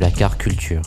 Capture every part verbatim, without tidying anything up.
la car culture.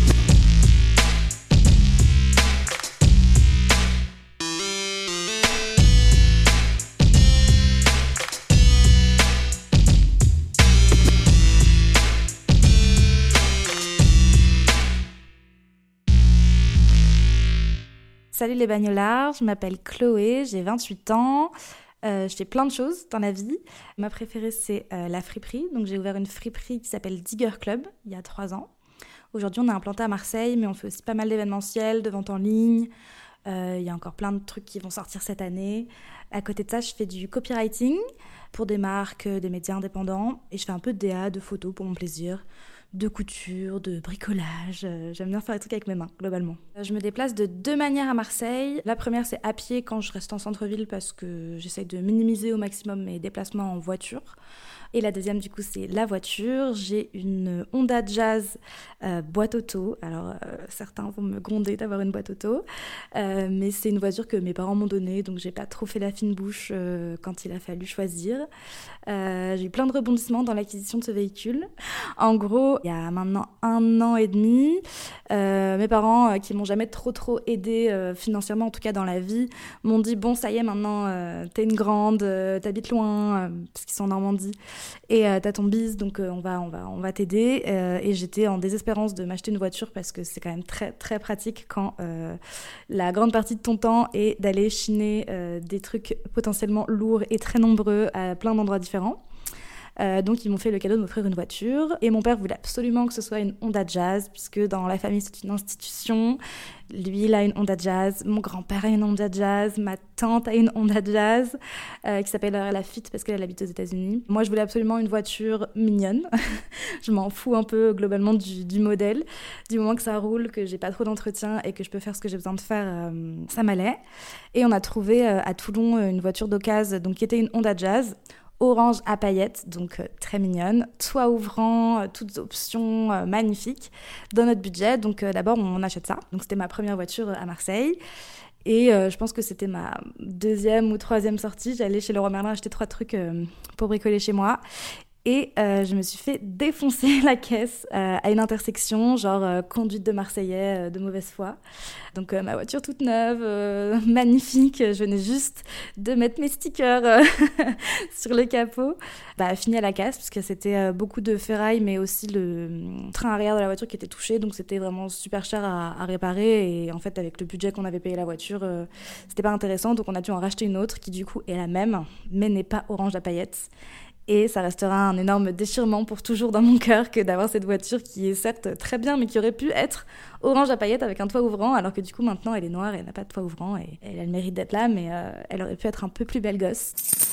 Salut les bagnolards, je m'appelle Chloé, j'ai vingt-huit ans, euh, je fais plein de choses dans la vie. Ma préférée c'est euh, la friperie, donc j'ai ouvert une friperie qui s'appelle Digger Club il y a trois ans. Aujourd'hui on est implanté à Marseille, mais on fait aussi pas mal d'événementiels, de ventes en ligne. Euh, il y a encore plein de trucs qui vont sortir cette année. À côté de ça, je fais du copywriting pour des marques, des médias indépendants, et je fais un peu de D A, de photos pour mon plaisir, de couture, de bricolage. Euh, j'aime bien faire des trucs avec mes mains, globalement. Euh, je me déplace de deux manières à Marseille. La première, c'est à pied quand je reste en centre-ville parce que j'essaye de minimiser au maximum mes déplacements en voiture. Et la deuxième, du coup, c'est la voiture. J'ai une Honda Jazz euh, boîte auto. Alors, euh, certains vont me gronder d'avoir une boîte auto. Euh, mais c'est une voiture que mes parents m'ont donnée, donc j'ai pas trop fait la fine bouche euh, quand il a fallu choisir. Euh, j'ai eu plein de rebondissements dans l'acquisition de ce véhicule. En gros, il y a maintenant un an et demi, euh, mes parents, euh, qui m'ont jamais trop trop aidé euh, financièrement, en tout cas dans la vie, m'ont dit « Bon, ça y est, maintenant, euh, t'es une grande, euh, t'habites loin, euh, parce qu'ils sont en Normandie. Et euh, t'as ton bise, donc euh, on va, on va, on va t'aider. Euh, et j'étais en désespérance de m'acheter une voiture parce que c'est quand même très, très pratique quand euh, la grande partie de ton temps est d'aller chiner euh, des trucs potentiellement lourds et très nombreux à plein d'endroits différents. Euh, donc ils m'ont fait le cadeau de m'offrir une voiture et mon père voulait absolument que ce soit une Honda Jazz puisque dans la famille c'est une institution. Lui il a une Honda Jazz, mon grand-père a une Honda Jazz, ma tante a une Honda Jazz euh, qui s'appelle la Fit parce qu'elle habite aux États-Unis. Moi je voulais absolument une voiture mignonne. Je m'en fous un peu globalement du, du modèle, du moment que ça roule, que j'ai pas trop d'entretien et que je peux faire ce que j'ai besoin de faire, euh, ça m'allait. Et on a trouvé euh, à Toulon une voiture d'occasion donc qui était une Honda Jazz orange à paillettes, donc euh, très mignonne, toit ouvrant, euh, toutes options euh, magnifiques dans notre budget. Donc euh, d'abord on achète ça. Donc c'était ma première voiture à Marseille. Et euh, je pense que c'était ma deuxième ou troisième sortie. J'allais chez Leroy Merlin acheter trois trucs euh, pour bricoler chez moi. Et euh, je me suis fait défoncer la caisse euh, à une intersection, genre euh, conduite de Marseillais euh, de mauvaise foi. Donc euh, ma voiture toute neuve, euh, magnifique, je venais juste de mettre mes stickers euh, sur le capot. Bah, fini à la casse, parce que c'était euh, beaucoup de ferraille, mais aussi le train arrière de la voiture qui était touché, donc c'était vraiment super cher à, à réparer. Et en fait, avec le budget qu'on avait payé la voiture, euh, c'était pas intéressant, donc on a dû en racheter une autre qui du coup est la même, mais n'est pas orange à paillettes. Et ça restera un énorme déchirement pour toujours dans mon cœur que d'avoir cette voiture qui est certes très bien, mais qui aurait pu être orange à paillettes avec un toit ouvrant, alors que du coup maintenant elle est noire et elle n'a pas de toit ouvrant et elle a le mérite d'être là, mais euh, elle aurait pu être un peu plus belle gosse.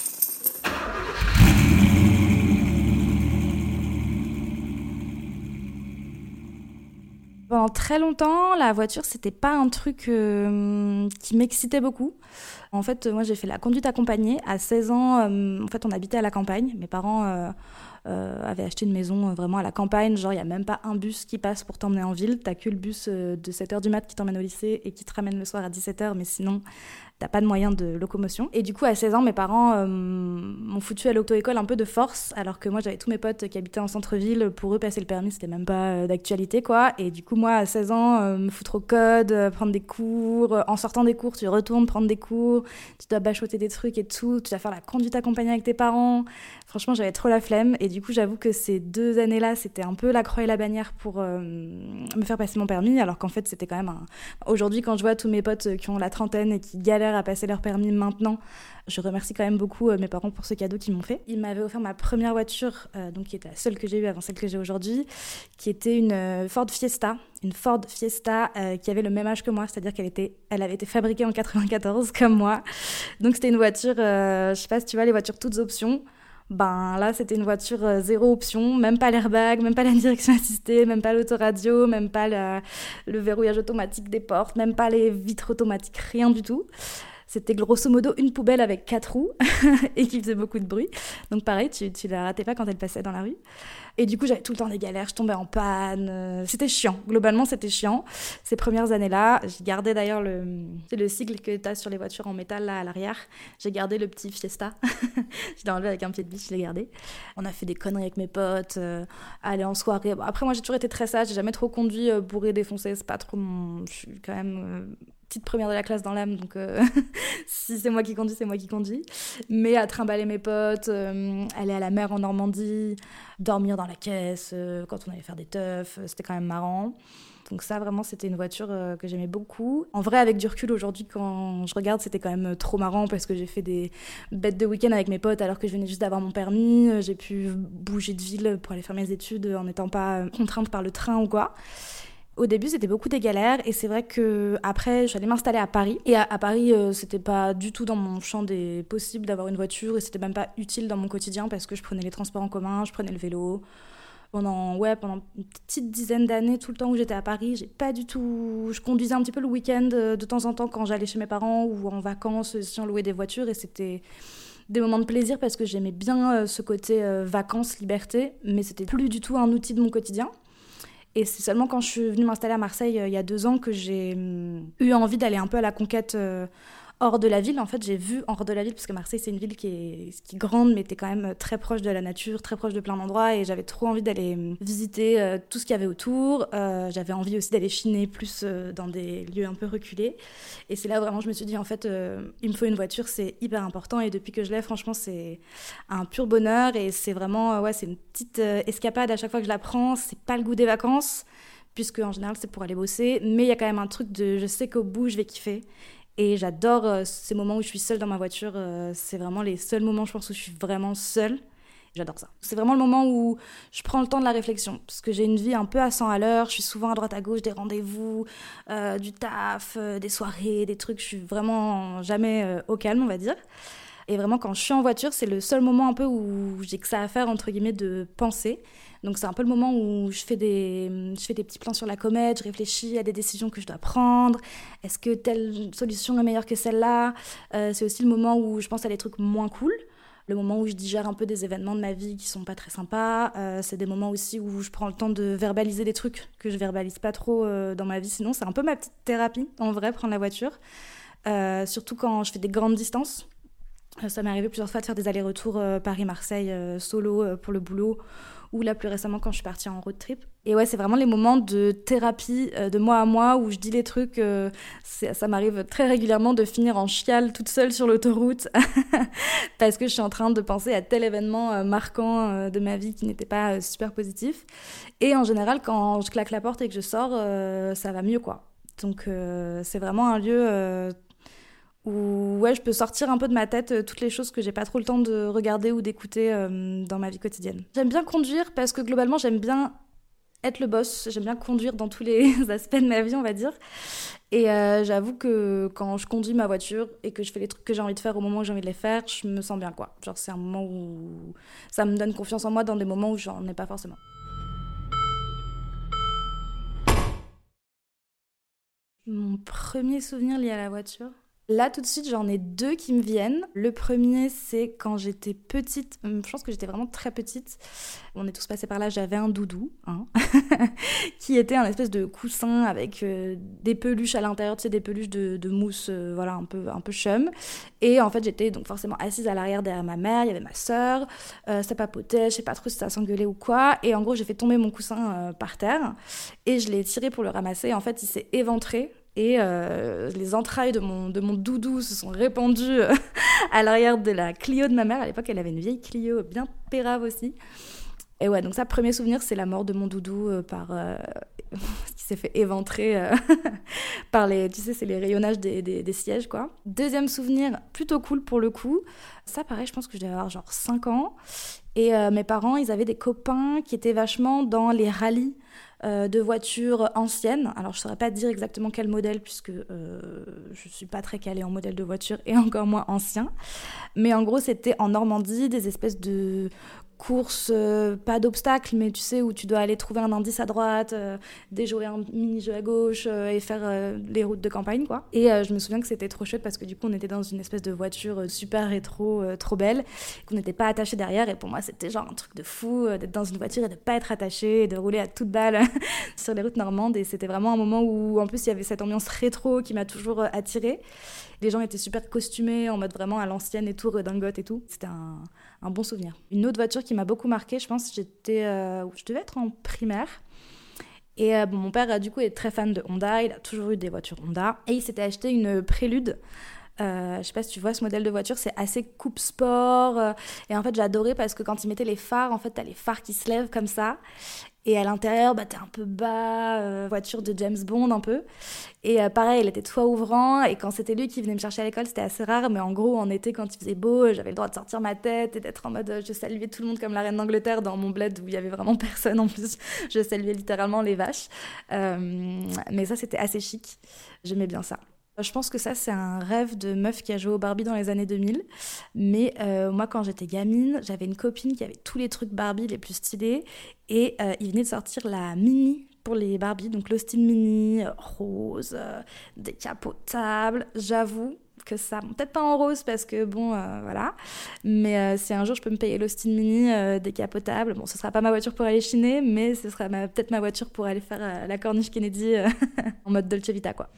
Pendant très longtemps, la voiture, c'était pas un truc euh, qui m'excitait beaucoup. En fait, moi, j'ai fait la conduite accompagnée. À seize ans, euh, en fait, on habitait à la campagne. Mes parents euh, euh, avaient acheté une maison euh, vraiment à la campagne. Genre, il n'y a même pas un bus qui passe pour t'emmener en ville. T'as que le bus euh, de sept heures du mat qui t'emmène au lycée et qui te ramène le soir à dix-sept heures. Mais sinon, t'as pas de moyen de locomotion. Et du coup, à seize ans, mes parents euh, m'ont foutu à l'auto-école un peu de force, alors que moi, j'avais tous mes potes qui habitaient en centre-ville. Pour eux, passer le permis, c'était même pas euh, d'actualité, quoi. Et du coup, moi, à seize ans, euh, me foutre au code, euh, prendre des cours. Euh, en sortant des cours, tu retournes prendre des cours, tu dois bachoter des trucs et tout, tu dois faire la conduite accompagnée avec tes parents. Franchement, j'avais trop la flemme. Et du coup, j'avoue que ces deux années-là, c'était un peu la croix et la bannière pour euh, me faire passer mon permis, alors qu'en fait, c'était quand même un... Aujourd'hui, quand je vois tous mes potes qui ont la trentaine et qui galèrent à passer leur permis maintenant, je remercie quand même beaucoup euh, mes parents pour ce cadeau qu'ils m'ont fait. Ils m'avaient offert ma première voiture, euh, donc qui était la seule que j'ai eue avant celle que j'ai aujourd'hui, qui était une euh, Ford Fiesta, une Ford Fiesta euh, qui avait le même âge que moi, c'est-à-dire qu'elle était, elle avait été fabriquée en quatre-vingt-quatorze comme moi. Donc c'était une voiture, euh, je sais pas si tu vois les voitures toutes options. Ben là, c'était une voiture euh, zéro option, même pas l'airbag, même pas la direction assistée, même pas l'autoradio, même pas la, le verrouillage automatique des portes, même pas les vitres automatiques, rien du tout. C'était grosso modo une poubelle avec quatre roues et qui faisait beaucoup de bruit. Donc pareil, tu, tu la ratais pas quand elle passait dans la rue. Et du coup, j'avais tout le temps des galères, je tombais en panne. Euh, c'était chiant, globalement, c'était chiant. Ces premières années-là, j'ai gardé d'ailleurs le, c'est le sigle que tu as sur les voitures en métal là à l'arrière. J'ai gardé le petit Fiesta. Je l'ai enlevé avec un pied de biche, je l'ai gardé. On a fait des conneries avec mes potes, euh, aller en soirée. Bon, après, moi, j'ai toujours été très sage, j'ai jamais trop conduit euh, bourré, défoncé. C'est pas trop mon... Je suis quand même... Euh... petite première de la classe dans l'âme, donc euh, si c'est moi qui conduis, c'est moi qui conduis. Mais à trimballer mes potes, euh, aller à la mer en Normandie, dormir dans la caisse, euh, quand on allait faire des teufs, euh, c'était quand même marrant. Donc ça, vraiment, c'était une voiture euh, que j'aimais beaucoup. En vrai, avec du recul, aujourd'hui, quand je regarde, c'était quand même trop marrant parce que j'ai fait des bêtes de week-end avec mes potes alors que je venais juste d'avoir mon permis. J'ai pu bouger de ville pour aller faire mes études en n'étant pas contrainte par le train ou quoi. Au début, c'était beaucoup des galères et c'est vrai qu'après, j'allais m'installer à Paris. Et à, à Paris, euh, c'était pas du tout dans mon champ des possibles d'avoir une voiture et c'était même pas utile dans mon quotidien parce que je prenais les transports en commun, je prenais le vélo. Pendant, ouais, pendant une petite dizaine d'années, tout le temps où j'étais à Paris, j'ai pas du tout... Je conduisais un petit peu le week-end de temps en temps quand j'allais chez mes parents ou en vacances si on louait des voitures et c'était des moments de plaisir parce que j'aimais bien ce côté euh, vacances, liberté, mais c'était plus du tout un outil de mon quotidien. Et c'est seulement quand je suis venue m'installer à Marseille euh, il y a deux ans que j'ai hum, eu envie d'aller un peu à la conquête euh, hors de la ville. En fait, j'ai vu hors de la ville, parce que Marseille, c'est une ville qui est, qui est grande, mais t'es quand même très proche de la nature, très proche de plein d'endroits. Et j'avais trop envie d'aller hum, visiter euh, tout ce qu'il y avait autour. Euh, j'avais envie aussi d'aller chiner plus euh, dans des lieux un peu reculés. Et c'est là vraiment je me suis dit, en fait, euh, il me faut une voiture, c'est hyper important. Et depuis que je l'ai, franchement, c'est un pur bonheur. Et c'est vraiment, euh, ouais, c'est une petite euh, escapade à chaque fois que je la prends. C'est pas le goût des vacances, puisque en général, c'est pour aller bosser. Mais il y a quand même un truc de, je sais qu'au bout, je vais kiffer. Et j'adore euh, ces moments où je suis seule dans ma voiture. Euh, c'est vraiment les seuls moments, je pense, où je suis vraiment seule. J'adore ça. C'est vraiment le moment où je prends le temps de la réflexion. Parce que j'ai une vie un peu à cent à l'heure. Je suis souvent à droite à gauche, des rendez-vous, euh, du taf, euh, des soirées, des trucs. Je suis vraiment jamais euh, au calme, on va dire. Et vraiment, quand je suis en voiture, c'est le seul moment un peu où j'ai que ça à faire, entre guillemets, de penser. Donc c'est un peu le moment où je fais des, je fais des petits plans sur la comète, je réfléchis à des décisions que je dois prendre. Est-ce que telle solution est meilleure que celle-là ? euh, C'est aussi le moment où je pense à des trucs moins cool. Le moment où je digère un peu des événements de ma vie qui sont pas très sympas. Euh, c'est des moments aussi où je prends le temps de verbaliser des trucs que je verbalise pas trop euh, dans ma vie. Sinon, c'est un peu ma petite thérapie, en vrai, prendre la voiture. Euh, surtout quand je fais des grandes distances. Euh, ça m'est arrivé plusieurs fois de faire des allers-retours euh, Paris-Marseille euh, solo euh, pour le boulot. Ou là, plus récemment, quand je suis partie en road trip. Et ouais, c'est vraiment les moments de thérapie euh, de moi à moi où je dis les trucs. Euh, ça m'arrive très régulièrement de finir en chiale toute seule sur l'autoroute parce que je suis en train de penser à tel événement euh, marquant euh, de ma vie qui n'était pas euh, super positif. Et en général, quand je claque la porte et que je sors, euh, ça va mieux, quoi. Donc, euh, c'est vraiment un lieu... Euh, où ouais, je peux sortir un peu de ma tête euh, toutes les choses que j'ai pas trop le temps de regarder ou d'écouter euh, dans ma vie quotidienne. J'aime bien conduire parce que globalement j'aime bien être le boss, j'aime bien conduire dans tous les aspects de ma vie, on va dire. Et euh, j'avoue que quand je conduis ma voiture et que je fais les trucs que j'ai envie de faire au moment où j'ai envie de les faire, je me sens bien, quoi. Genre c'est un moment où ça me donne confiance en moi dans des moments où j'en ai pas forcément. Mon premier souvenir lié à la voiture. Là, tout de suite, j'en ai deux qui me viennent. Le premier, c'est quand j'étais petite. Je pense que j'étais vraiment très petite. On est tous passés par là. J'avais un doudou, hein, qui était un espèce de coussin avec euh, des peluches à l'intérieur, tu sais, des peluches de, de mousse, euh, voilà, un peu, un peu chum. Et en fait, j'étais donc forcément assise à l'arrière derrière ma mère. Il y avait ma sœur. Euh, ça papotait. Je sais pas trop si ça s'engueulait ou quoi. Et en gros, j'ai fait tomber mon coussin euh, par terre et je l'ai tiré pour le ramasser. Et en fait, il s'est éventré. Et euh, les entrailles de mon, de mon doudou se sont répandues euh, à l'arrière de la Clio de ma mère. À l'époque, elle avait une vieille Clio bien pérave aussi. Et ouais, donc ça, premier souvenir, c'est la mort de mon doudou euh, par... Euh, qui s'est fait éventrer euh, par les... Tu sais, c'est les rayonnages des, des, des sièges, quoi. Deuxième souvenir, plutôt cool pour le coup. Ça, pareil, je pense que je devais avoir genre cinq ans. Et euh, mes parents, ils avaient des copains qui étaient vachement dans les rallyes Euh, de voitures anciennes. Alors, je ne saurais pas dire exactement quel modèle, puisque euh, je ne suis pas très calée en modèle de voiture, et encore moins ancien. Mais en gros, c'était en Normandie, des espèces de course, euh, pas d'obstacle, mais tu sais, où tu dois aller trouver un indice à droite, euh, déjouer un mini-jeu à gauche euh, et faire euh, les routes de campagne, quoi. Et euh, je me souviens que c'était trop chouette parce que du coup, on était dans une espèce de voiture euh, super rétro, euh, trop belle, qu'on n'était pas attaché derrière. Et pour moi, c'était genre un truc de fou euh, d'être dans une voiture et de pas être attaché et de rouler à toute balle sur les routes normandes. Et c'était vraiment un moment où, en plus, il y avait cette ambiance rétro qui m'a toujours euh, attirée. Les gens étaient super costumés, en mode vraiment à l'ancienne et tout, redingote et tout. C'était un, un bon souvenir. Une autre voiture qui m'a beaucoup marquée, je pense, j'étais, euh, je devais être en primaire. Et euh, bon, mon père, euh, du coup, est très fan de Honda. Il a toujours eu des voitures Honda. Et il s'était acheté une Prélude. Euh, je sais pas si tu vois ce modèle de voiture, c'est assez coupe sport. Euh, et en fait, j'adorais parce que quand il mettait les phares, en fait, t'as les phares qui se lèvent comme ça. Et à l'intérieur, bah, t'es un peu bas, euh, voiture de James Bond un peu. Et euh, pareil, il était toit ouvrant. Et quand c'était lui qui venait me chercher à l'école, c'était assez rare. Mais en gros, en été, quand il faisait beau, j'avais le droit de sortir ma tête et d'être en mode euh, je saluais tout le monde comme la reine d'Angleterre dans mon bled où il y avait vraiment personne en plus. Je saluais littéralement les vaches. Euh, mais ça, c'était assez chic. J'aimais bien ça. Je pense que ça, c'est un rêve de meuf qui a joué au Barbie dans les années deux mille. Mais euh, moi, quand j'étais gamine, j'avais une copine qui avait tous les trucs Barbie les plus stylés. Et euh, il venait de sortir la Mini pour les Barbie. Donc l'Austin Mini, euh, rose, euh, décapotable. J'avoue que ça, bon, peut-être pas en rose parce que bon, euh, voilà. Mais euh, si un jour je peux me payer l'Austin Mini euh, décapotable, bon, ce sera pas ma voiture pour aller chiner, mais ce sera ma, peut-être ma voiture pour aller faire euh, la Corniche Kennedy euh, en mode Dolce Vita, quoi.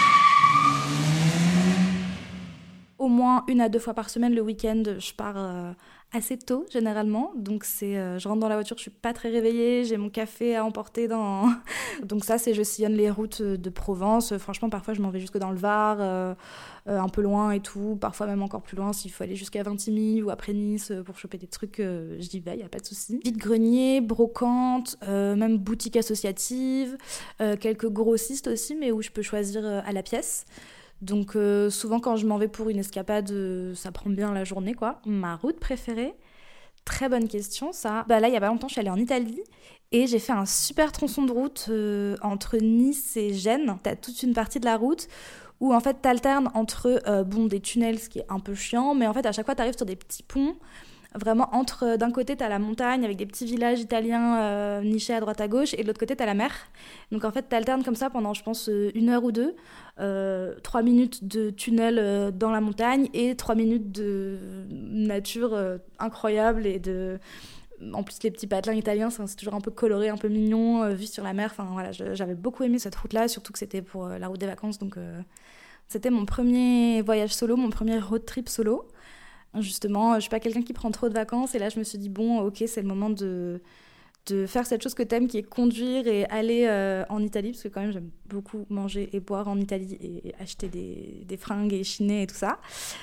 Au moins une à deux fois par semaine, le week-end, je pars euh, assez tôt, généralement. Donc, c'est, euh, je rentre dans la voiture, je suis pas très réveillée, j'ai mon café à emporter dans... Donc ça, c'est je sillonne les routes de Provence. Franchement, parfois, je m'en vais jusque dans le Var, euh, euh, un peu loin et tout. Parfois, même encore plus loin, s'il faut aller jusqu'à Vintimille ou après Nice pour choper des trucs, euh, j'y vais, y a pas de souci. Vide-grenier, brocante, euh, même boutique associative, euh, quelques grossistes aussi, mais où je peux choisir euh, à la pièce. Donc euh, souvent quand je m'en vais pour une escapade, euh, ça prend bien la journée, quoi. Ma route préférée, très bonne question ça. Bah là, il y a pas longtemps, je suis allée en Italie et j'ai fait un super tronçon de route euh, entre Nice et Gênes. T'as toute une partie de la route où en fait t'alternes entre euh, bon, des tunnels, ce qui est un peu chiant, mais en fait à chaque fois t'arrives sur des petits ponts. Vraiment, entre, d'un côté, t'as la montagne avec des petits villages italiens euh, nichés à droite à gauche, et de l'autre côté, t'as la mer. Donc en fait, t'alternes comme ça pendant, je pense, euh, une heure ou deux. Euh, trois minutes de tunnel euh, dans la montagne et trois minutes de nature euh, incroyable et de... En plus, les petits patelins italiens, c'est toujours un peu coloré, un peu mignon, euh, vu sur la mer. Enfin, voilà, je, j'avais beaucoup aimé cette route-là, surtout que c'était pour euh, la route des vacances. Donc, euh, c'était mon premier voyage solo, mon premier road trip solo. Justement, je suis pas quelqu'un qui prend trop de vacances et là je me suis dit bon, ok, c'est le moment de, de faire cette chose que t'aimes qui est conduire et aller euh, en Italie parce que quand même j'aime beaucoup manger et boire en Italie et acheter des, des fringues et chiner et tout ça.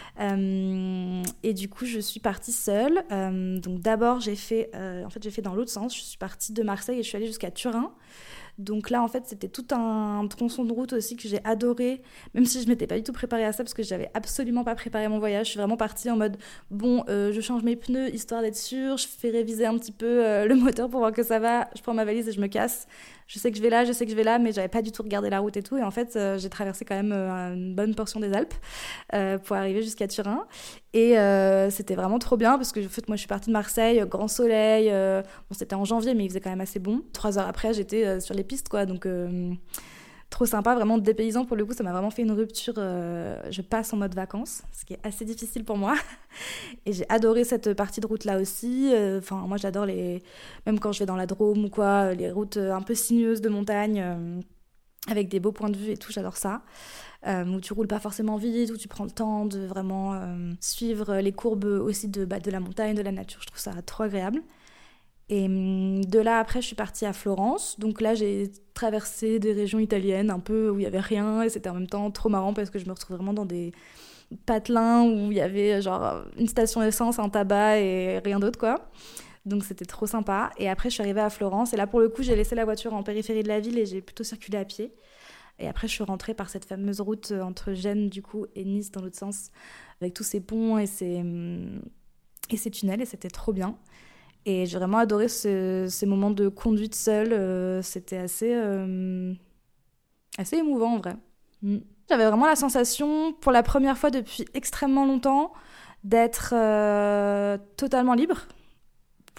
Euh, et du coup je suis partie seule. Euh, donc d'abord j'ai fait, euh, en fait j'ai fait dans l'autre sens, je suis partie de Marseille et je suis allée jusqu'à Turin. Donc là, en fait, c'était tout un tronçon de route aussi que j'ai adoré, même si je m'étais pas du tout préparée à ça, parce que j'avais absolument pas préparé mon voyage. Je suis vraiment partie en mode, bon, euh, je change mes pneus, histoire d'être sûre, je fais réviser un petit peu euh, le moteur pour voir que ça va, je prends ma valise et je me casse. Je sais que je vais là, je sais que je vais là, mais j'avais pas du tout regardé la route et tout. Et en fait, euh, j'ai traversé quand même euh, une bonne portion des Alpes euh, pour arriver jusqu'à Turin. Et euh, c'était vraiment trop bien parce que en fait, moi, je suis partie de Marseille, grand soleil. Euh, bon, c'était en janvier, mais il faisait quand même assez bon. Trois heures après, j'étais euh, sur les pistes, quoi. Donc, euh, trop sympa, vraiment dépaysant pour le coup. Ça m'a vraiment fait une rupture. Euh, je passe en mode vacances, ce qui est assez difficile pour moi. Et j'ai adoré cette partie de route là aussi. Enfin, euh, moi, j'adore les. Même quand je vais dans la Drôme ou quoi, les routes un peu sinueuses de montagne. Euh, avec des beaux points de vue et tout, j'adore ça. Euh, où tu roules pas forcément vite, où tu prends le temps de vraiment euh, suivre les courbes aussi de, bah, de la montagne, de la nature. Je trouve ça trop agréable. Et de là, après, je suis partie à Florence. Donc là, j'ai traversé des régions italiennes un peu où il y avait rien. Et c'était en même temps trop marrant parce que je me retrouve vraiment dans des patelins où il y avait genre une station essence, un tabac et rien d'autre, quoi. Donc c'était trop sympa. Et après, je suis arrivée à Florence. Et là, pour le coup, j'ai laissé la voiture en périphérie de la ville et j'ai plutôt circulé à pied. Et après, je suis rentrée par cette fameuse route entre Gênes, du coup, et Nice, dans l'autre sens, avec tous ces ponts et ces, et ces tunnels. Et c'était trop bien. Et j'ai vraiment adoré ce, ces moments de conduite seule. Euh, c'était assez, euh, assez émouvant, en vrai. Mm. J'avais vraiment la sensation, pour la première fois depuis extrêmement longtemps, d'être euh, totalement libre.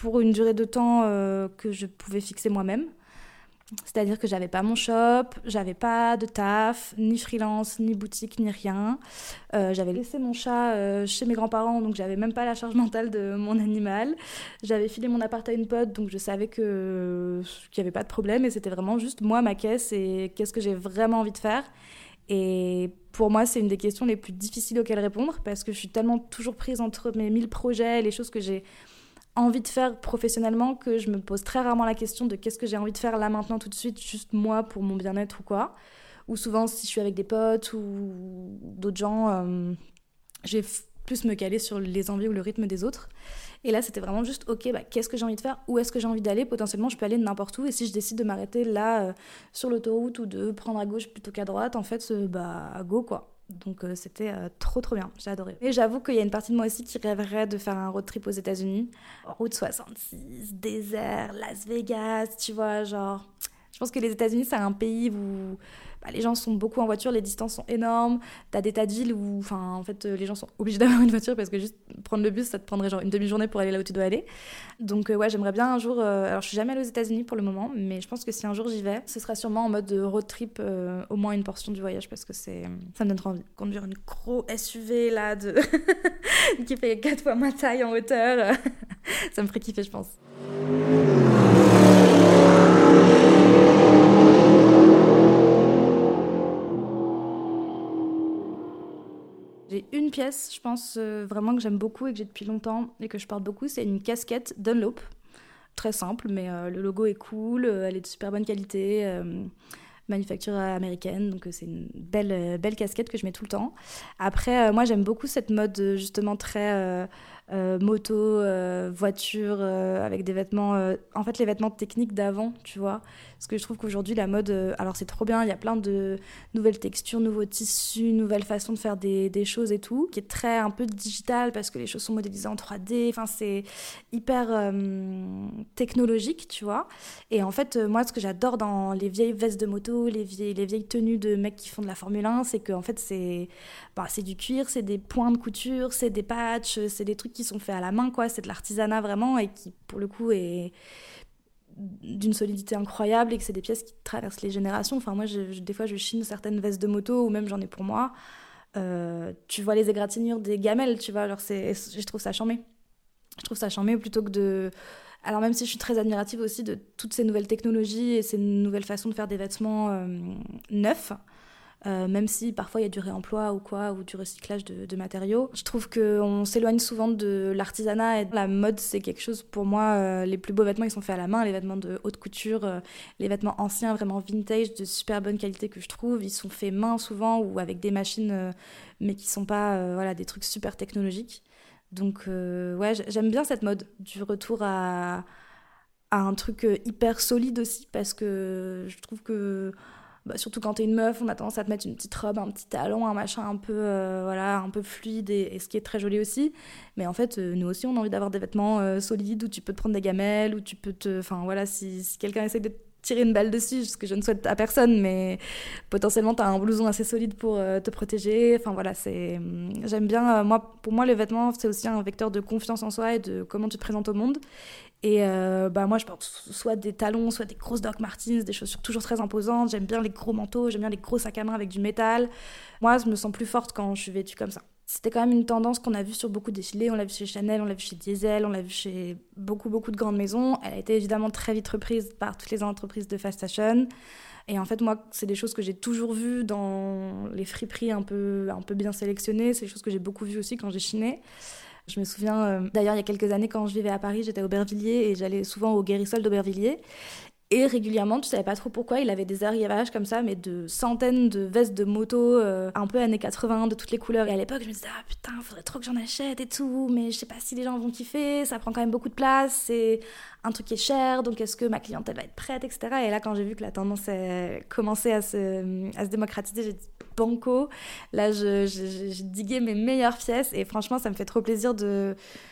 pour une durée de temps euh, que je pouvais fixer moi-même. C'est-à-dire que j'avais pas mon shop, j'avais pas de taf, ni freelance, ni boutique, ni rien. Euh, j'avais laissé mon chat euh, chez mes grands-parents, donc j'avais même pas la charge mentale de mon animal. J'avais filé mon appart à une pote, donc je savais que, qu'il y avait pas de problème, et c'était vraiment juste moi, ma caisse, et qu'est-ce que j'ai vraiment envie de faire. Et pour moi, c'est une des questions les plus difficiles auxquelles répondre, parce que je suis tellement toujours prise entre mes mille projets, les choses que j'ai envie de faire professionnellement, que je me pose très rarement la question de qu'est-ce que j'ai envie de faire là maintenant tout de suite, juste moi pour mon bien-être ou quoi. Ou souvent si je suis avec des potes ou d'autres gens, euh, je vais f- plus me caler sur les envies ou le rythme des autres. Et là c'était vraiment juste ok, bah, qu'est-ce que j'ai envie de faire, où est-ce que j'ai envie d'aller, potentiellement je peux aller n'importe où, et si je décide de m'arrêter là euh, sur l'autoroute ou de prendre à gauche plutôt qu'à droite, en fait euh, bah go quoi. Donc euh, c'était euh, trop trop bien, j'ai adoré. Et j'avoue qu'il y a une partie de moi aussi qui rêverait de faire un road trip aux États-Unis. Route soixante-six, désert, Las Vegas, tu vois, genre... Je pense que les États-Unis, c'est un pays où bah, les gens sont beaucoup en voiture, les distances sont énormes. T'as des tas de villes où, enfin, en fait, euh, les gens sont obligés d'avoir une voiture parce que juste prendre le bus, ça te prendrait genre une demi-journée pour aller là où tu dois aller. Donc euh, ouais, j'aimerais bien un jour... euh, Alors, je suis jamais allée aux États-Unis pour le moment, mais je pense que si un jour j'y vais, ce sera sûrement en mode de road trip, euh, au moins une portion du voyage, parce que c'est... ça me donne trop envie. Conduire une gros S U V, là, de... qui fait quatre fois ma taille en hauteur, ça me ferait kiffer, je pense. J'ai une pièce, je pense, euh, vraiment que j'aime beaucoup et que j'ai depuis longtemps et que je porte beaucoup, c'est une casquette Dunlop. Très simple, mais euh, le logo est cool, euh, elle est de super bonne qualité, euh, manufacture américaine, donc euh, c'est une belle, euh, belle casquette que je mets tout le temps. Après, euh, moi j'aime beaucoup cette mode euh, justement très euh, euh, moto, euh, voiture, euh, avec des vêtements, euh, en fait les vêtements techniques d'avant, tu vois. Parce que je trouve qu'aujourd'hui la mode, euh, alors c'est trop bien, il y a plein de nouvelles textures, nouveaux tissus, nouvelles façons de faire des, des choses et tout, qui est très un peu digital parce que les choses sont modélisées en trois D, enfin c'est hyper euh, technologique, tu vois. Et en fait, euh, moi, ce que j'adore dans les vieilles vestes de moto, les vieilles, les vieilles tenues de mecs qui font de la Formule un, c'est que en fait, c'est, bah, c'est du cuir, c'est des points de couture, c'est des patchs, c'est des trucs qui sont faits à la main, quoi. C'est de l'artisanat vraiment et qui, pour le coup, est d'une solidité incroyable et que c'est des pièces qui traversent les générations. Enfin, moi, je, je- des fois, je chine certaines vestes de moto ou même j'en ai pour moi. Euh, tu vois les égratignures des gamelles, tu vois, alors c'est, je trouve ça charmé. Je trouve ça charmé plutôt que de... Alors même si je suis très admirative aussi de toutes ces nouvelles technologies et ces nouvelles façons de faire des vêtements euh, neufs, euh, même si parfois il y a du réemploi ou quoi, ou du recyclage de, de matériaux, je trouve qu'on s'éloigne souvent de l'artisanat et de la mode, c'est quelque chose pour moi, euh, les plus beaux vêtements ils sont faits à la main, les vêtements de haute couture, euh, les vêtements anciens, vraiment vintage, de super bonne qualité que je trouve, ils sont faits main souvent ou avec des machines, euh, mais qui sont pas euh, voilà, des trucs super technologiques. Donc euh, ouais, j'aime bien cette mode du retour à, à un truc euh, hyper solide aussi parce que je trouve que bah, surtout quand t'es une meuf, on a tendance à te mettre une petite robe, un petit talon, un machin un peu euh, voilà, un peu fluide et, et ce qui est très joli aussi. Mais en fait, euh, nous aussi on a envie d'avoir des vêtements euh, solides où tu peux te prendre des gamelles, où tu peux te enfin voilà, si, si quelqu'un essaie de te tirer une balle dessus, ce que je ne souhaite à personne, mais potentiellement t'as un blouson assez solide pour euh, te protéger. Enfin voilà, c'est j'aime bien euh, moi pour moi le vêtement c'est aussi un vecteur de confiance en soi et de comment tu te présentes au monde. Et euh, bah moi je porte soit des talons, soit des grosses Doc Martens, des chaussures toujours très imposantes. J'aime bien les gros manteaux, j'aime bien les gros sacs à main avec du métal. Moi je me sens plus forte quand je suis vêtue comme ça. C'était quand même une tendance qu'on a vue sur beaucoup de défilés. On l'a vu chez Chanel, on l'a vu chez Diesel, on l'a vu chez beaucoup beaucoup de grandes maisons. Elle a été évidemment très vite reprise par toutes les entreprises de fast fashion. Et en fait, moi, c'est des choses que j'ai toujours vues dans les friperies un peu, un peu bien sélectionnées. C'est des choses que j'ai beaucoup vues aussi quand j'ai chiné. Je me souviens, euh, d'ailleurs, il y a quelques années, quand je vivais à Paris, j'étais à Aubervilliers et j'allais souvent au Guérisol d'Aubervilliers. Et régulièrement, tu savais pas trop pourquoi, il avait des arrivages comme ça, mais de centaines de vestes de moto, euh, un peu années quatre-vingts, de toutes les couleurs. Et à l'époque, je me disais, ah putain, faudrait trop que j'en achète et tout, mais je sais pas si les gens vont kiffer, ça prend quand même beaucoup de place, c'est un truc qui est cher, donc est-ce que ma clientèle va être prête, et cetera. Et là, quand j'ai vu que la tendance a commencé à se, à se démocratiser, j'ai dit banco. Là, je, je- j'ai digué mes meilleures pièces et franchement, ça me fait trop plaisir de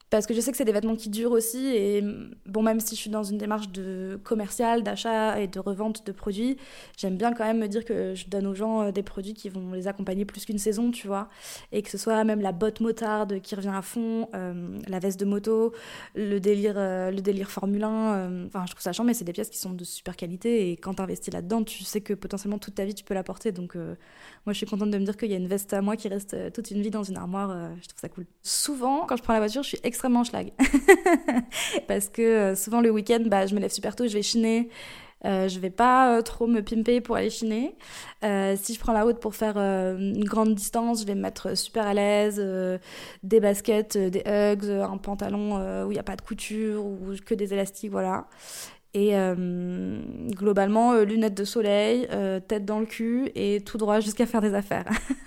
Parce que je sais que c'est des vêtements qui durent aussi. Et bon, même si je suis dans une démarche de commerciale, d'achat et de revente de produits, j'aime bien quand même me dire que je donne aux gens des produits qui vont les accompagner plus qu'une saison, tu vois. Et que ce soit même la botte motarde qui revient à fond, euh, la veste de moto, le délire, euh, le délire Formule un. euh, Enfin, je trouve ça chiant, mais c'est des pièces qui sont de super qualité. Et quand t'investis là-dedans, tu sais que potentiellement toute ta vie, tu peux la porter. Donc, euh, moi, je suis contente de me dire qu'il y a une veste à moi qui reste euh, toute une vie dans une armoire. euh, je trouve ça cool. Souvent, quand je prends la voiture, je suis extrêmement schlag. Parce que euh, souvent le week-end, bah, je me lève super tôt, je vais chiner. Euh, je vais pas euh, trop me pimper pour aller chiner. Euh, si je prends la route pour faire euh, une grande distance, je vais me mettre super à l'aise. Euh, des baskets, euh, des Uggs, un pantalon euh, où il n'y a pas de couture ou que des élastiques, voilà. Et euh, globalement, euh, lunettes de soleil, euh, tête dans le cul et tout droit jusqu'à faire des affaires.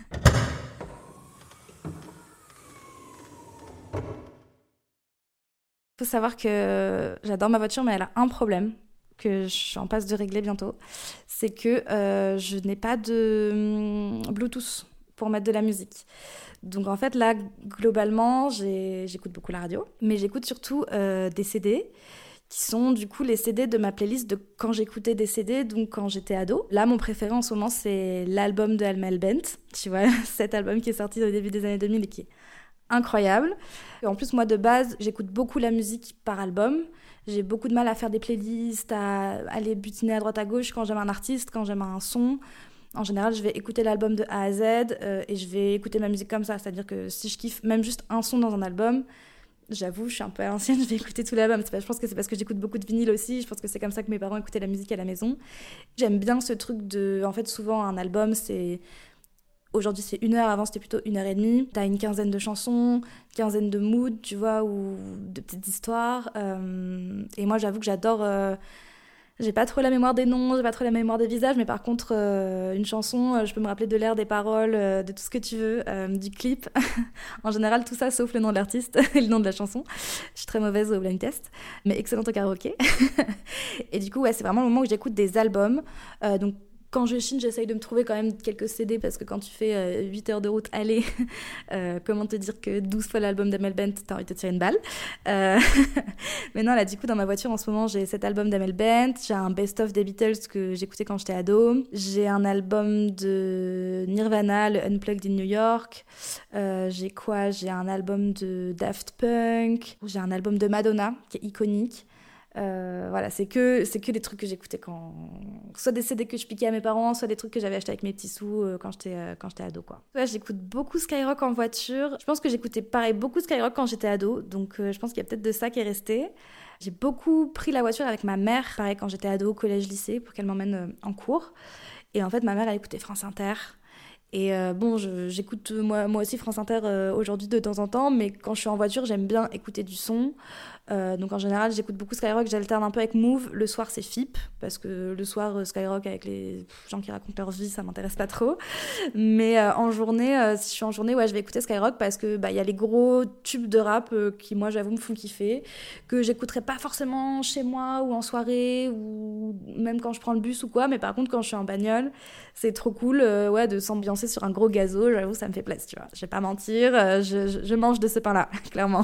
Faut savoir que j'adore ma voiture, mais elle a un problème que je suis en passe de régler bientôt. C'est que euh, je n'ai pas de hum, Bluetooth pour mettre de la musique. Donc en fait, là, globalement, j'ai... j'écoute beaucoup la radio, mais j'écoute surtout euh, des C D qui sont du coup les C D de ma playlist de quand j'écoutais des C D, donc quand j'étais ado. Là, mon préféré en ce moment, c'est l'album de Almel Bent, tu vois, cet album qui est sorti au début des années deux mille et qui est incroyable. Et en plus, moi, de base, j'écoute beaucoup la musique par album. J'ai beaucoup de mal à faire des playlists, à aller butiner à droite à gauche quand j'aime un artiste, quand j'aime un son. En général, je vais écouter l'album de A à Z euh, et je vais écouter ma musique comme ça. C'est-à-dire que si je kiffe même juste un son dans un album, j'avoue, je suis un peu à l'ancienne, je vais écouter tout l'album. C'est pas, je pense que c'est parce que j'écoute beaucoup de vinyle aussi. Je pense que c'est comme ça que mes parents écoutaient la musique à la maison. J'aime bien ce truc de... En fait, souvent, un album, c'est... Aujourd'hui, c'est une heure, avant, c'était plutôt une heure et demie. T'as une quinzaine de chansons, quinzaine de moods, tu vois, ou de petites histoires. Euh, et moi, j'avoue que j'adore... Euh, j'ai pas trop la mémoire des noms, j'ai pas trop la mémoire des visages, mais par contre, euh, une chanson, euh, je peux me rappeler de l'air, des paroles, euh, de tout ce que tu veux, euh, du clip. En général, tout ça, sauf le nom de l'artiste et le nom de la chanson. Je suis très mauvaise au blind test, mais excellente au karaoké. Et du coup, ouais, c'est vraiment le moment où j'écoute des albums. Euh, donc, quand je chine, j'essaye de me trouver quand même quelques C D parce que quand tu fais euh, huit heures de route aller, euh, comment te dire que douze fois l'album d'Amel Bent, t'as envie de te tirer une balle. Euh... Mais non, là, du coup, dans ma voiture, en ce moment, j'ai cet album d'Amel Bent, j'ai un best-of des Beatles que j'écoutais quand j'étais ado, j'ai un album de Nirvana, le Unplugged in New York, euh, j'ai quoi J'ai un album de Daft Punk, j'ai un album de Madonna, qui est iconique. Euh, voilà, c'est que, c'est que des trucs que j'écoutais quand... Soit des C D que je piquais à mes parents, soit des trucs que j'avais achetés avec mes petits sous euh, quand, j'étais, euh, quand j'étais ado, quoi. Ouais, j'écoute beaucoup Skyrock en voiture. Je pense que j'écoutais pareil beaucoup Skyrock quand j'étais ado, donc euh, je pense qu'il y a peut-être de ça qui est resté. J'ai beaucoup pris la voiture avec ma mère, pareil quand j'étais ado, collège, lycée, pour qu'elle m'emmène euh, en cours. Et en fait, ma mère, elle écoutait France Inter. Et euh, bon, je, j'écoute moi, moi aussi France Inter euh, aujourd'hui de temps en temps, mais quand je suis en voiture, j'aime bien écouter du son. Euh, donc en général, j'écoute beaucoup Skyrock, j'alterne un peu avec Move. Le soir, c'est F I P, parce que le soir, euh, Skyrock avec les gens qui racontent leur vie, ça m'intéresse pas trop. Mais euh, en journée, euh, si je suis en journée, ouais, je vais écouter Skyrock parce que bah, y a les gros tubes de rap euh, qui, moi, j'avoue, me font kiffer, que j'écouterais pas forcément chez moi ou en soirée ou même quand je prends le bus ou quoi. Mais par contre, quand je suis en bagnole, c'est trop cool euh, ouais, de s'ambiancer sur un gros gazo. J'avoue, ça me fait plaisir, tu vois. Je vais pas mentir, euh, je, je, je mange de ce pain-là, clairement.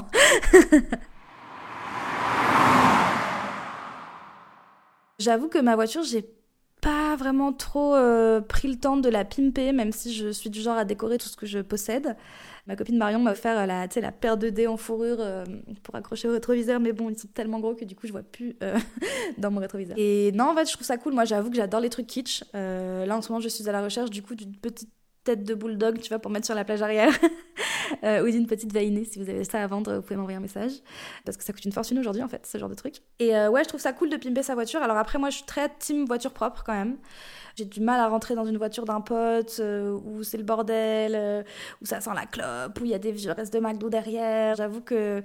J'avoue que ma voiture, j'ai pas vraiment trop euh, pris le temps de la pimper, même si je suis du genre à décorer tout ce que je possède. Ma copine Marion m'a offert la, la paire de dés en fourrure euh, pour accrocher au rétroviseur, mais bon, ils sont tellement gros que du coup, je vois plus euh, dans mon rétroviseur. Et non, en fait, je trouve ça cool. Moi, j'avoue que j'adore les trucs kitsch. Euh, là, en ce moment, je suis à la recherche du coup d'une petite tête de bulldog, tu vois, pour mettre sur la plage arrière. euh, ou d'une petite vainée. Si vous avez ça à vendre, vous pouvez m'envoyer un message. Parce que ça coûte une fortune aujourd'hui, en fait, ce genre de truc. Et euh, ouais, je trouve ça cool de pimper sa voiture. Alors après, moi, je suis très team voiture propre, quand même. J'ai du mal à rentrer dans une voiture d'un pote euh, où c'est le bordel, euh, où ça sent la clope, où il y a des vieux restes de McDo derrière. J'avoue que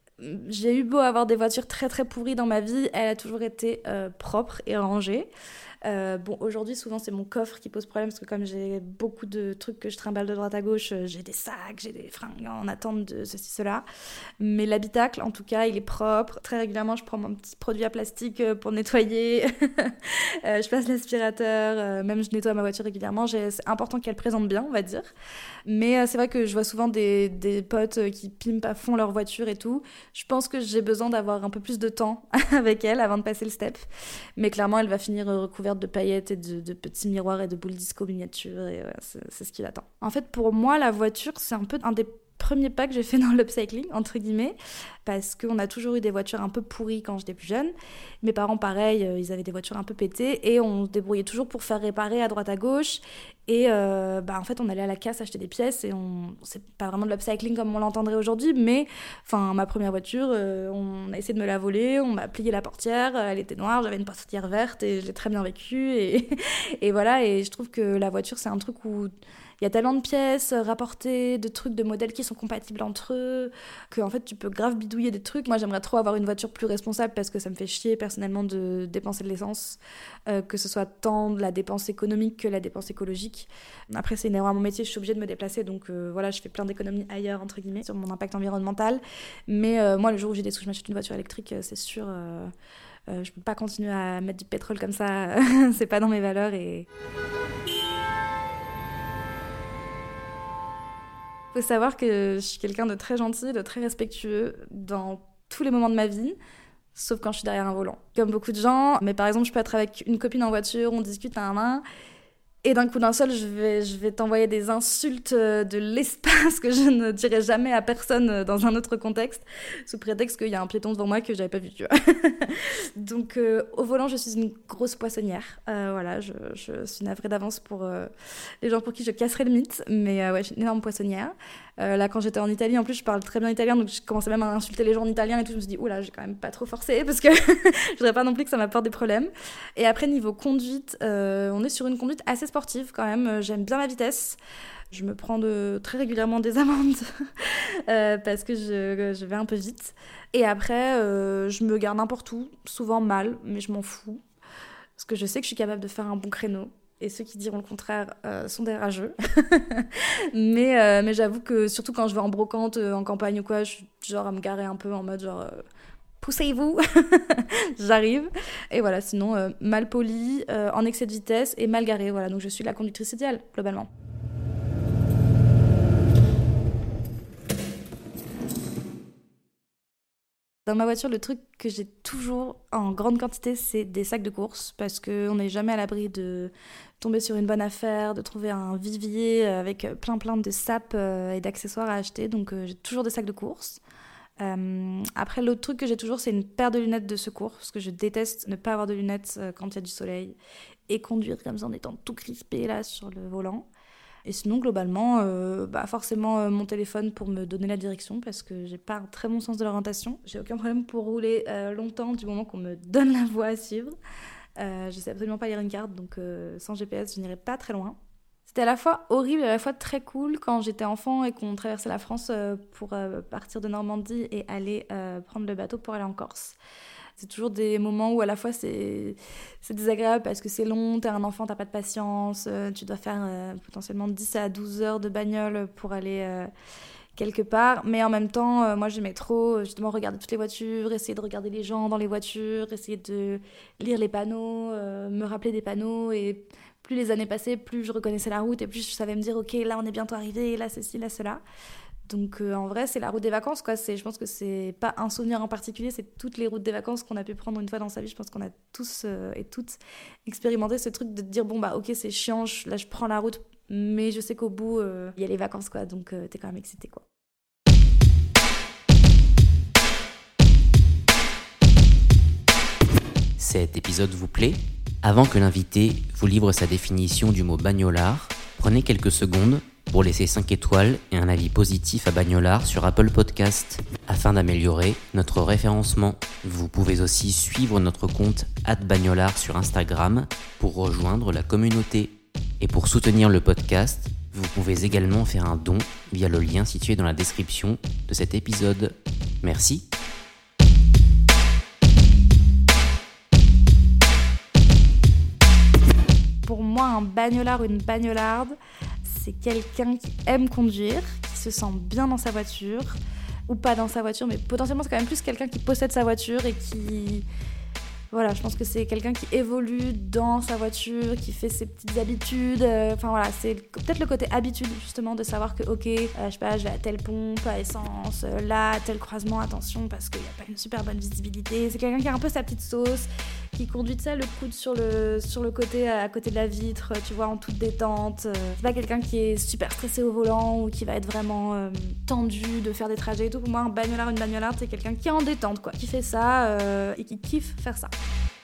j'ai eu beau avoir des voitures très très pourries dans ma vie, elle a toujours été euh, propre et rangée. Euh, bon, aujourd'hui, souvent, c'est mon coffre qui pose problème parce que comme j'ai beaucoup de trucs que je trimballe de droite à gauche, euh, j'ai des sacs, j'ai des fringues en attente de ceci, cela. Mais l'habitacle, en tout cas, il est propre. Très régulièrement, je prends mon petit produit à plastique euh, pour nettoyer. euh, je passe l'aspirateur, euh, même je nettoie ma voiture régulièrement. J'ai... C'est important qu'elle présente bien, on va dire. Mais euh, c'est vrai que je vois souvent des, des potes qui pimpent à fond leur voiture et tout. Je pense que j'ai besoin d'avoir un peu plus de temps avec elle avant de passer le step. Mais clairement, elle va finir recouverte de paillettes et de, de petits miroirs et de boules disco miniatures. Et ouais, c'est, c'est ce qui l'attend. En fait, pour moi, la voiture, c'est un peu un des premier pas que j'ai fait dans l'upcycling, entre guillemets, parce qu'on a toujours eu des voitures un peu pourries quand j'étais plus jeune. Mes parents, pareil, euh, ils avaient des voitures un peu pétées et on se débrouillait toujours pour faire réparer à droite à gauche. Et euh, bah, en fait, on allait à la casse acheter des pièces et on... c'est pas vraiment de l'upcycling comme on l'entendrait aujourd'hui, mais enfin, ma première voiture, euh, on a essayé de me la voler, on m'a plié la portière, elle était noire, j'avais une portière verte et je l'ai très bien vécue. Et, et voilà, et je trouve que la voiture, c'est un truc où il y a tellement de pièces rapportées, de trucs, de modèles qui sont compatibles entre eux, que en fait tu peux grave bidouiller des trucs. Moi j'aimerais trop avoir une voiture plus responsable parce que ça me fait chier personnellement de dépenser de l'essence, euh, que ce soit tant de la dépense économique que la dépense écologique. Après c'est une erreur à mon métier, je suis obligée de me déplacer, donc euh, voilà, je fais plein d'économies ailleurs entre guillemets sur mon impact environnemental. Mais euh, moi le jour où j'ai des sous, je m'achète une voiture électrique, c'est sûr. Euh, euh, je peux pas continuer à mettre du pétrole comme ça, c'est pas dans mes valeurs et... Il faut savoir que je suis quelqu'un de très gentil, de très respectueux dans tous les moments de ma vie, sauf quand je suis derrière un volant. Comme beaucoup de gens, mais par exemple, je peux être avec une copine en voiture, on discute à un main, et d'un coup d'un seul, je vais, je vais t'envoyer des insultes de l'espace que je ne dirais jamais à personne dans un autre contexte, sous prétexte qu'il y a un piéton devant moi que j'avais pas vu, tu vois. Donc euh, au volant, je suis une grosse poissonnière. Euh, voilà, je, je suis navrée d'avance pour euh, les gens pour qui je casserai le mythe, mais euh, ouais, je suis une énorme poissonnière. Euh, là, quand j'étais en Italie, en plus, je parle très bien italien, donc je commençais même à insulter les gens en italien et tout. Je me suis dit, oula, j'ai quand même pas trop forcé parce que je voudrais pas non plus que ça m'apporte des problèmes. Et après, niveau conduite, euh, on est sur une conduite assez sportive quand même. J'aime bien la vitesse. Je me prends de, très régulièrement des amendes euh, parce que je, je vais un peu vite. Et après, euh, je me gare n'importe où, souvent mal, mais je m'en fous. Parce que je sais que je suis capable de faire un bon créneau. Et ceux qui diront le contraire euh, sont des rageux. mais, euh, mais j'avoue que surtout quand je vais en brocante, euh, en campagne ou quoi, je suis genre à me garer un peu en mode genre... Euh, poussez-vous, j'arrive. Et voilà, sinon, euh, mal poli, euh, en excès de vitesse et mal garé. Voilà, donc je suis la conductrice idéale, globalement. Dans ma voiture, le truc que j'ai toujours en grande quantité, c'est des sacs de course, parce qu'on n'est jamais à l'abri de tomber sur une bonne affaire, de trouver un vivier avec plein plein de sapes et d'accessoires à acheter. Donc euh, j'ai toujours des sacs de course. Euh, après, l'autre truc que j'ai toujours, c'est une paire de lunettes de secours, parce que je déteste ne pas avoir de lunettes quand il y a du soleil et conduire comme ça en étant tout crispé là sur le volant. Et sinon, globalement, euh, bah forcément euh, mon téléphone pour me donner la direction, parce que j'ai pas un très bon sens de l'orientation. J'ai aucun problème pour rouler euh, longtemps du moment qu'on me donne la voie à suivre. Euh, je sais absolument pas lire une carte, donc euh, sans G P S, je n'irai pas très loin. C'était à la fois horrible et à la fois très cool quand j'étais enfant et qu'on traversait la France euh, pour euh, partir de Normandie et aller euh, prendre le bateau pour aller en Corse. C'est toujours des moments où à la fois c'est, c'est désagréable parce que c'est long, t'es un enfant, t'as pas de patience, euh, tu dois faire euh, potentiellement dix à douze heures de bagnole pour aller euh, quelque part. Mais en même temps, euh, moi j'aimais trop justement regarder toutes les voitures, essayer de regarder les gens dans les voitures, essayer de lire les panneaux, euh, me rappeler des panneaux. Et plus les années passaient, plus je reconnaissais la route et plus je savais me dire ok, là on est bientôt arrivé, là ceci, là cela. Donc euh, en vrai, c'est la route des vacances, quoi. C'est, je pense que c'est pas un souvenir en particulier, c'est toutes les routes des vacances qu'on a pu prendre une fois dans sa vie. Je pense qu'on a tous euh, et toutes expérimenté ce truc de dire bon bah ok, c'est chiant, je, là je prends la route, mais je sais qu'au bout il euh, y a les vacances, quoi. Donc euh, t'es quand même excité, quoi. Cet épisode vous plaît ? Avant que l'invité vous livre sa définition du mot bagnolard, prenez quelques secondes pour laisser cinq étoiles et un avis positif à Bagnolard sur Apple Podcast afin d'améliorer notre référencement. Vous pouvez aussi suivre notre compte arobase bagnolard sur Instagram pour rejoindre la communauté. Et pour soutenir le podcast, vous pouvez également faire un don via le lien situé dans la description de cet épisode. Merci. moi, un bagnolard ou une bagnolarde, c'est quelqu'un qui aime conduire, qui se sent bien dans sa voiture, ou pas dans sa voiture, mais potentiellement c'est quand même plus quelqu'un qui possède sa voiture et qui... Voilà, je pense que c'est quelqu'un qui évolue dans sa voiture, qui fait ses petites habitudes. Enfin euh, voilà, c'est peut-être le côté habitude justement de savoir que ok, euh, je sais pas, je vais à telle pompe à essence, euh, là, à tel croisement, attention parce qu'il n'y a pas une super bonne visibilité. C'est quelqu'un qui a un peu sa petite sauce, qui conduit de ça le coude sur le, sur le côté, à côté de la vitre, tu vois, en toute détente. Euh, c'est pas quelqu'un qui est super stressé au volant ou qui va être vraiment euh, tendu de faire des trajets et tout. Pour moi, un bagnolard, une bagnolarde, c'est quelqu'un qui est en détente, quoi, qui fait ça euh, et qui kiffe faire ça.